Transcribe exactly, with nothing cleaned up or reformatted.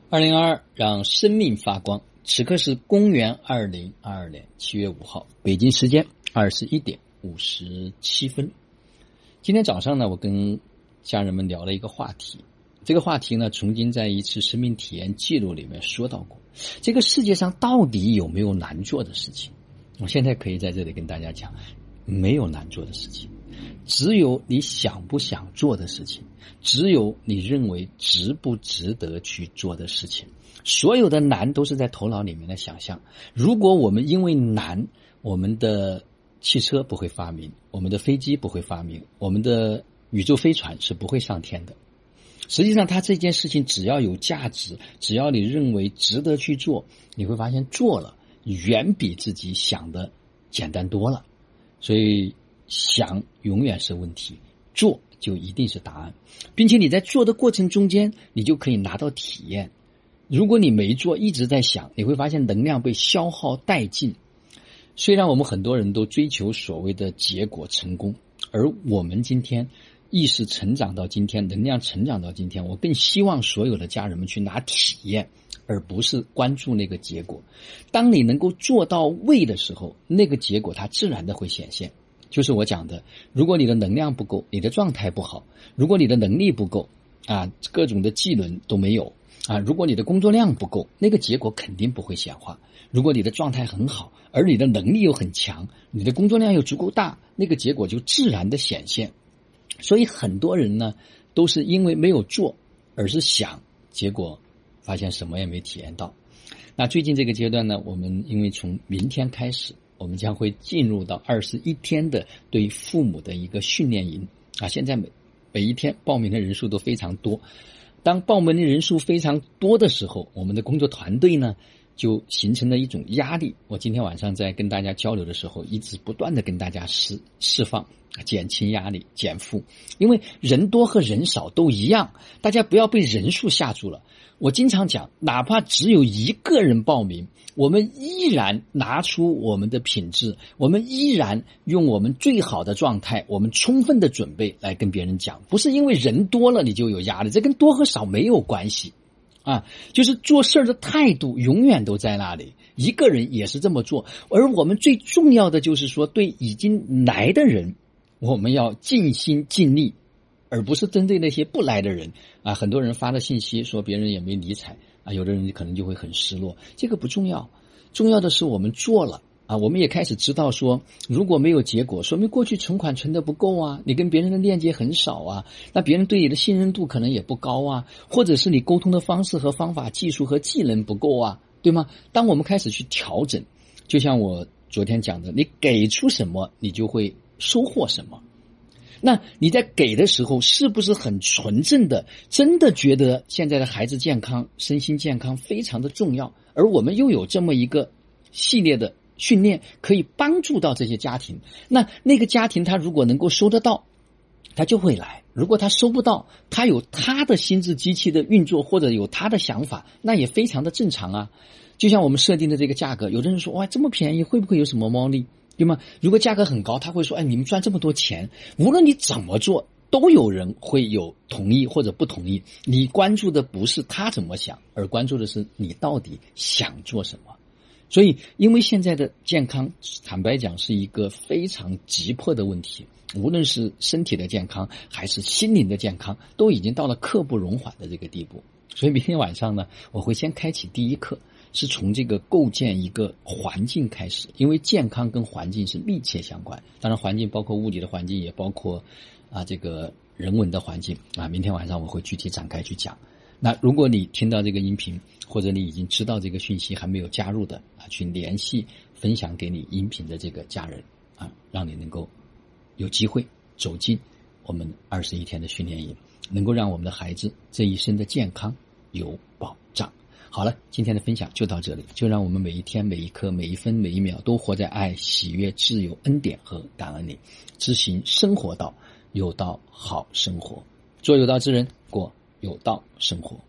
二零二二让生命发光，此刻是公元二零二二年七月五号，北京时间二十一点五十七分。今天早上呢，我跟家人们聊了一个话题，这个话题呢，曾经在一次生命体验记录里面说到过，这个世界上到底有没有难做的事情？我现在可以在这里跟大家讲，没有难做的事情，只有你想不想做的事情，只有你认为值不值得去做的事情。所有的难都是在头脑里面的想象。如果我们因为难，我们的汽车不会发明，我们的飞机不会发明，我们的宇宙飞船是不会上天的。实际上它这件事情只要有价值，只要你认为值得去做，你会发现做了远比自己想的简单多了。所以想永远是问题，做就一定是答案，并且你在做的过程中间，你就可以拿到体验。如果你没做，一直在想，你会发现能量被消耗殆尽。虽然我们很多人都追求所谓的结果成功，而我们今天意识成长到今天，能量成长到今天，我更希望所有的家人们去拿体验，而不是关注那个结果。当你能够做到位的时候，那个结果它自然的会显现。就是我讲的，如果你的能量不够，你的状态不好，如果你的能力不够啊，各种的技能都没有啊，如果你的工作量不够，那个结果肯定不会显化。如果你的状态很好，而你的能力又很强，你的工作量又足够大，那个结果就自然的显现。所以很多人呢，都是因为没有做，而是想，结果发现什么也没体验到。那最近这个阶段呢，我们因为从明天开始，我们将会进入到二十一天的对父母的一个训练营啊。现在每每一天报名的人数都非常多，当报名的人数非常多的时候，我们的工作团队呢就形成了一种压力。我今天晚上在跟大家交流的时候，一直不断的跟大家释释放减轻压力，减负。因为人多和人少都一样，大家不要被人数吓住了。我经常讲，哪怕只有一个人报名，我们依然拿出我们的品质，我们依然用我们最好的状态，我们充分的准备来跟别人讲。不是因为人多了你就有压力，这跟多和少没有关系啊，就是做事的态度永远都在那里，一个人也是这么做。而我们最重要的就是说，对已经来的人，我们要尽心尽力，而不是针对那些不来的人啊。很多人发的信息说别人也没理睬啊，有的人可能就会很失落。这个不重要，重要的是我们做了啊，我们也开始知道说，如果没有结果，说明过去存款存的不够啊，你跟别人的链接很少啊，那别人对你的信任度可能也不高啊，或者是你沟通的方式和方法、技术和技能不够啊，对吗？当我们开始去调整，就像我昨天讲的，你给出什么，你就会收获什么。那你在给的时候，是不是很纯正的，真的觉得现在的孩子健康、身心健康非常的重要？而我们又有这么一个系列的训练，可以帮助到这些家庭。那那个家庭他如果能够收得到，他就会来；如果他收不到，他有他的心智机器的运作，或者有他的想法，那也非常的正常啊。就像我们设定的这个价格，有的人说哇这么便宜，会不会有什么猫腻？对吗？如果价格很高，他会说哎，你们赚这么多钱，无论你怎么做，都有人会有同意或者不同意。你关注的不是他怎么想，而关注的是你到底想做什么。所以因为现在的健康，坦白讲是一个非常急迫的问题，无论是身体的健康还是心灵的健康，都已经到了刻不容缓的这个地步。所以明天晚上呢，我会先开启第一课，是从这个构建一个环境开始，因为健康跟环境是密切相关。当然环境包括物理的环境，也包括啊这个人文的环境啊。明天晚上我会具体展开去讲。那如果你听到这个音频，或者你已经知道这个讯息还没有加入的啊，去联系分享给你音频的这个家人啊，让你能够有机会走进我们二十一天的训练营，能够让我们的孩子这一生的健康有保障。好了，今天的分享就到这里，就让我们每一天、每一刻、每一分、每一秒都活在爱、喜悦、自由、恩典和感恩里，执行生活道，有道好生活，做有道之人，过有道生活。